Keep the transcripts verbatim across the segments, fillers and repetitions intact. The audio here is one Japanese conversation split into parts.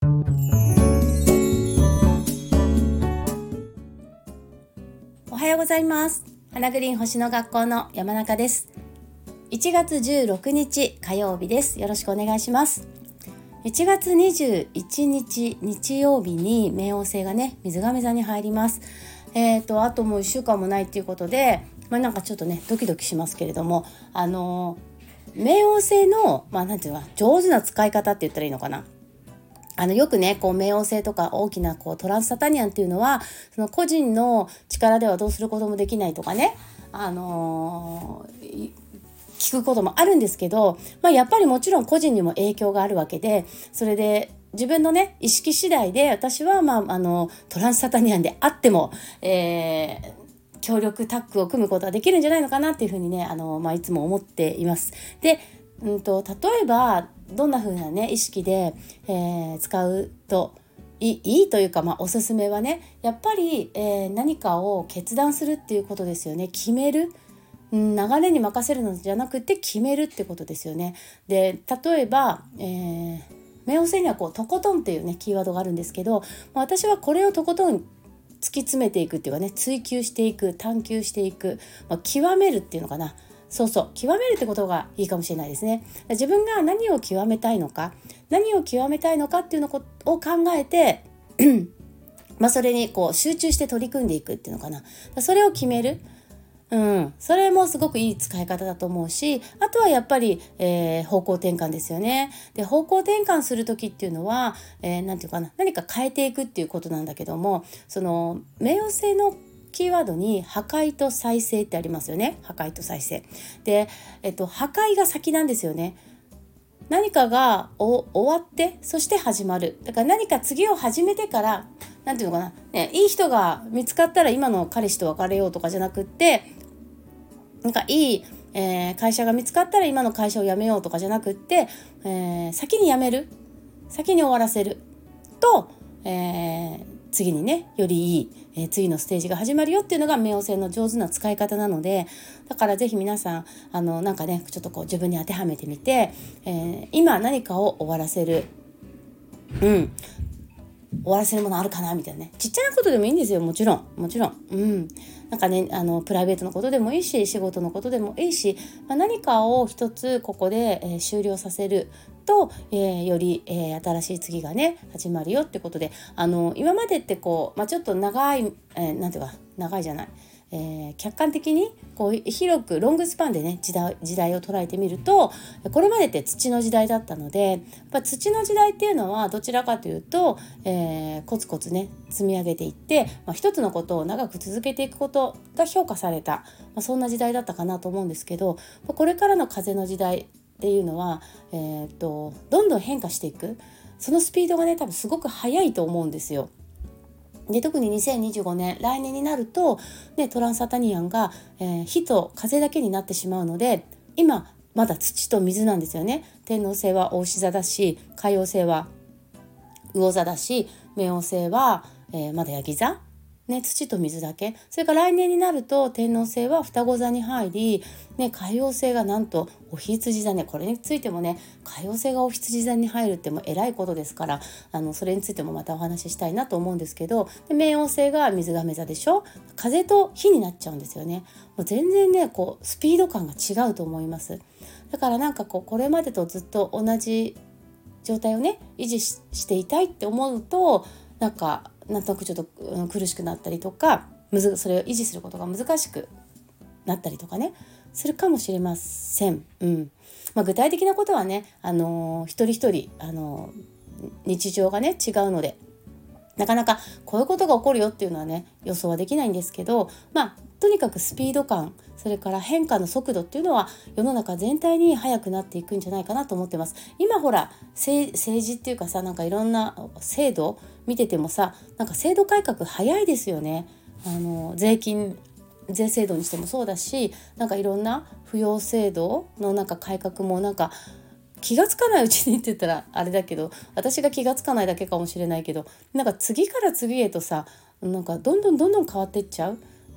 おはようございます。花グリーン星の学校の山中です。いちがつじゅうろくにち火曜日です。よろしくお願いします。いちがつにじゅういちにち日曜日に冥王星がね水亀座に入ります。えーとあともういっしゅうかんもないっていうことで、まあ、なんかちょっとねドキドキしますけれども、あのー、冥王星のまあなんていうのか上手な使い方って言ったらいいのかな。あのよくねこう冥王星とか大きなこうトランスサタニアンっていうのはその個人の力ではどうすることもできないとかね、あのー、聞くこともあるんですけど、まあ、やっぱりもちろん個人にも影響があるわけで、それで自分のね意識次第で私は、まあ、あのトランスサタニアンであっても、えー、協力タッグを組むことができるんじゃないのかなっていうふうにねあの、まあ、いつも思っています。でうんと例えばどんな風なね意識で、えー、使うといい、いいというか、まあ、おすすめはねやっぱり、えー、何かを決断するっていうことですよね。決める、うん、流れに任せるのじゃなくて決めるってことですよね。で例えば、えー、冥王星にはこうとことんっていうねキーワードがあるんですけど、まあ、私はこれをとことん突き詰めていくっていうかね追求していく探求していく、まあ、極めるっていうのかな。そうそう極めるってことがいいかもしれないですね。自分が何を極めたいのか何を極めたいのかっていうのを考えてまあそれにこう集中して取り組んでいくっていうのかな。それを決める、うん、それもすごくいい使い方だと思うし、あとはやっぱり、えー、方向転換ですよね。で方向転換する時っていうのは、えー、なんていうかな何か変えていくっていうことなんだけども、その冥王星のキーワードに破壊と再生ってありますよね。破壊と再生で、えっと、破壊が先なんですよね。何かが終わってそして始まる。だから何か次を始めてからなんていうのかな、ね、いい人が見つかったら今の彼氏と別れようとかじゃなくって、なんかいい、えー、会社が見つかったら今の会社を辞めようとかじゃなくって、えー、先に辞める先に終わらせると、えー、次にねよりいい、えー、次のステージが始まるよっていうのが冥王星の上手な使い方なので、だからぜひ皆さんあのなんかねちょっとこう自分に当てはめてみて、えー、今何かを終わらせる、うん終わらせるものあるかなみたいなね。ちっちゃなことでもいいんですよ。もちろんもちろん、うん、なんかねあのプライベートのことでもいいし仕事のことでもいいし、まあ、何かを一つここで、えー、終了させると、えー、より、えー、新しい次がね始まるよってことで、あの今までってこう、まあ、ちょっと長い、えー、なんていうか長いじゃない、えー、客観的にこう広くロングスパンでね時代、時代を捉えてみると、これまでって土の時代だったので、やっぱ土の時代っていうのはどちらかというと、えー、コツコツね積み上げていって、まあ、一つのことを長く続けていくことが評価された、まあ、そんな時代だったかなと思うんですけど、これからの風の時代っていうのは、えー、とどんどん変化していく、そのスピードがね多分すごく速いと思うんですよ。で特ににせんにじゅうごねん来年になると、ね、トランスサタニアンが、えー、火と風だけになってしまうので、今まだ土と水なんですよね。天王星は牡牛座だし、海王星は魚座だし、冥王星は、えー、まだヤギ座、ね、土と水だけ。それから来年になると天王星は双子座に入り、ね、海王星がなんとお羊座ね。これについてもね海王星がお羊座に入るってもえらいことですから、あのそれについてもまたお話ししたいなと思うんですけど、で冥王星が水亀座でしょ。風と火になっちゃうんですよね。もう全然ねこうスピード感が違うと思います。だからなんかこうこれまでとずっと同じ状態をね維持 し, していたいって思うと、なんかなんとなくちょっと、うん、苦しくなったりとか、むずそれを維持することが難しくなったりとかねするかもしれません。うんまあ、具体的なことはね、あのー、一人一人、あのー、日常がね違うのでなかなかこういうことが起こるよっていうのはね予想はできないんですけど、まあとにかくスピード感、それから変化の速度っていうのは世の中全体に速くなっていくんじゃないかなと思ってます。今ほら政治っていうかさ、なんかいろんな制度見ててもさ、なんか制度改革早いですよね。あの税金税制度にしてもそうだし、なんかいろんな扶養制度のなんか改革もなんか気がつかないうちにって言ったらあれだけど、私が気がつかないだけかもしれないけど、なんか次から次へとさ、なんかどんどんどんどん変わっていっちゃう。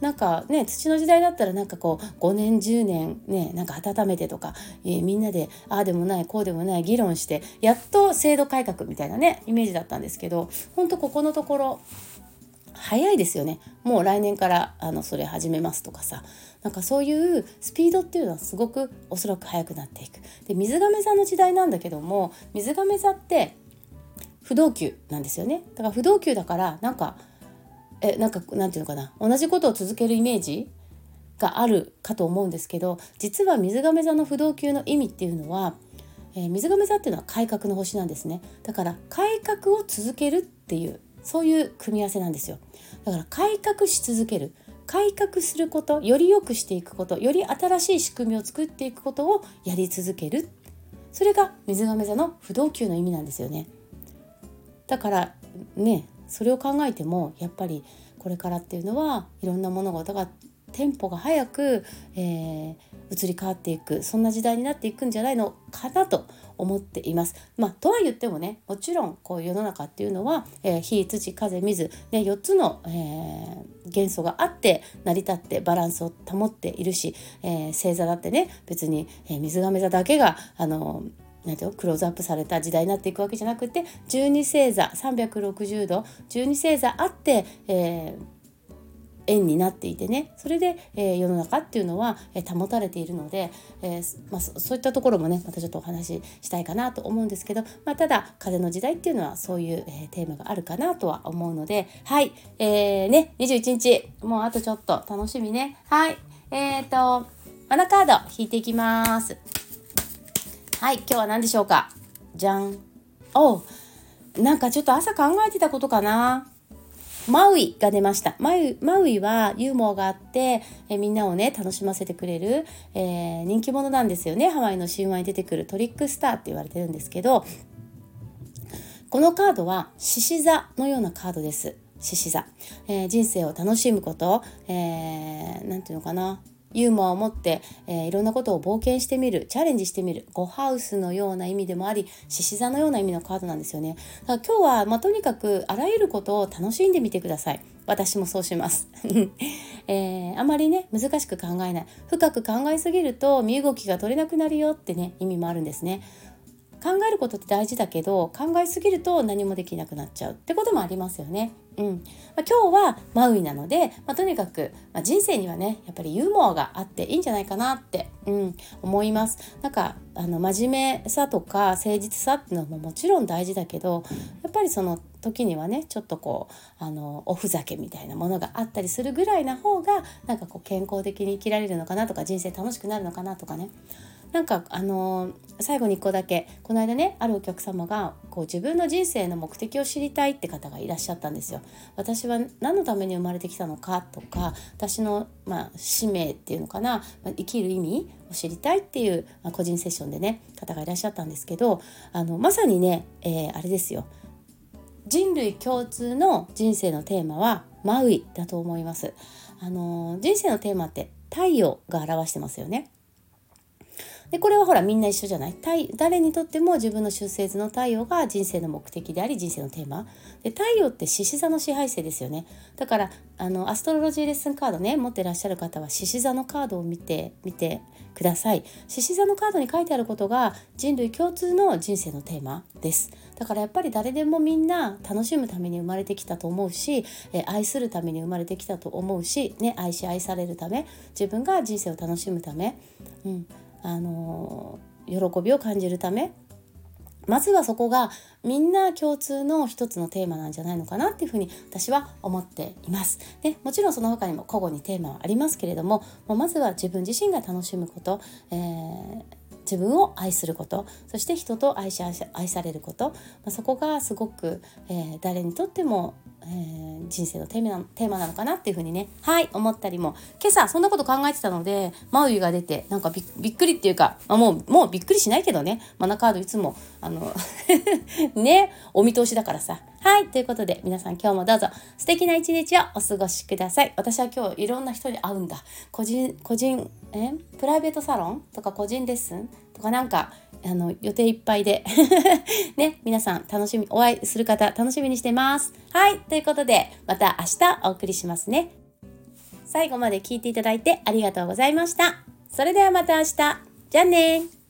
なんかね、土の時代だったらなんかこうごねんじゅうねんね、なんか温めてとか、えー、みんなでああでもないこうでもない議論してやっと制度改革みたいなねイメージだったんですけど、ほんとここのところ早いですよね。もう来年からあのそれ始めますとかさ、なんかそういうスピードっていうのはすごくおそらく速くなっていく。で、水亀座の時代なんだけども、水亀座って不動級なんですよね。だから不動級だからなんかえなんかなんていうのかな、同じことを続けるイメージがあるかと思うんですけど、実は水亀座の不動級の意味っていうのは、えー、水亀座っていうのは改革の星なんですね。だから改革を続けるっていう、そういう組み合わせなんですよ。だから改革し続ける、改革すること、より良くしていくこと、より新しい仕組みを作っていくことをやり続ける、それが水亀座の不動級の意味なんですよね。だからね、それを考えてもやっぱりこれからっていうのはいろんな物事がテンポが早く、えー、移り変わっていく、そんな時代になっていくんじゃないのかなと思っています。まあ、とは言ってもね、もちろんこう世の中っていうのは、えー、火、土、風、水、ね、よっつの、えー、元素があって成り立ってバランスを保っているし、えー、星座だってね、別に、えー、水亀座だけがあのなんていうのクローズアップされた時代になっていくわけじゃなくて、じゅうに星座さんびゃくろくじゅうどじゅうに星座あって、えー円になっていてね、それで、えー、世の中っていうのは、えー、保たれているので、えーまあ、そ, そういったところもねまたちょっとお話ししたいかなと思うんですけど、まあ、ただ風の時代っていうのはそういう、えー、テーマがあるかなとは思うので、はい、えー、ねにじゅういちにちもうあとちょっと楽しみね。はい、えーとマナカード引いていきます。はい、今日は何でしょうか。じゃん。おなんかちょっと朝考えてたことかな。マウイが出ました。マウイ、マウイはユーモアがあって、えみんなをね楽しませてくれる、えー、人気者なんですよね。ハワイの神話に出てくるトリックスターって言われてるんですけど、このカードは獅子座のようなカードです。獅子座、えー、人生を楽しむこと、えー、なんていうのかな、ユーモアを持って、えー、いろんなことを冒険してみる、チャレンジしてみる、ゴハウスのような意味でもあり、獅子座のような意味のカードなんですよね。だから今日は、まあ、とにかくあらゆることを楽しんでみてください。私もそうします、えー、あまりね難しく考えない、深く考えすぎると身動きが取れなくなるよってね意味もあるんですね。考えることって大事だけど、考えすぎると何もできなくなっちゃうってこともありますよね。うんまあ、今日はマウイなので、まあ、とにかく、まあ、人生にはねやっぱりユーモアがあっていいんじゃないかなって、うん、思います。なんかあの真面目さとか誠実さっていうのももちろん大事だけど、やっぱりその時にはねちょっとこうあのおふざけみたいなものがあったりするぐらいな方がなんかこう健康的に生きられるのかなとか、人生楽しくなるのかなとかね。なんかあのー、最後にいっこだけ、この間ねあるお客様がこう自分の人生の目的を知りたいって方がいらっしゃったんですよ。私は何のために生まれてきたのかとか、私の、まあ、使命っていうのかな、まあ、生きる意味を知りたいっていう、まあ、個人セッションでね方がいらっしゃったんですけど、あのまさにね、えー、あれですよ、人類共通の人生のテーマはマウイだと思います。あのー、人生のテーマって太陽が表してますよね。でこれはほらみんな一緒じゃない。誰にとっても自分の出生図の太陽が人生の目的であり人生のテーマで、太陽って獅子座の支配星ですよね。だからあのアストロロジーレッスンカードね持ってらっしゃる方は獅子座のカードを見てみてください。獅子座のカードに書いてあることが人類共通の人生のテーマです。だからやっぱり誰でもみんな楽しむために生まれてきたと思うし、え愛するために生まれてきたと思うし、ね、愛し愛されるため、自分が人生を楽しむため、うんあの喜びを感じるため、まずはそこがみんな共通の一つのテーマなんじゃないのかなっていうふうに私は思っています。でもちろんその他にも個々にテーマはありますけれども、もうまずは自分自身が楽しむこと、えー自分を愛すること、そして人と愛し愛されること、まあ、そこがすごく、えー、誰にとっても、えー、人生のテーマな、テーマなのかなっていうふうにね、はい思ったりも、今朝そんなこと考えてたのでマウイが出てなんか び, びっくりっていうか、まあ、もうもうびっくりしないけどね、マナカードいつもあのねお見通しだからさ。はいということで皆さん今日もどうぞ素敵な一日をお過ごしください。私は今日いろんな人に会うんだ。個人個人えプライベートサロンとか個人レッスンとかなんかあの予定いっぱいでね、皆さん楽しみ、お会いする方楽しみにしてます。はいということでまた明日お送りしますね。 最後まで聞いていただいてありがとうございました。それではまた明日。じゃあね。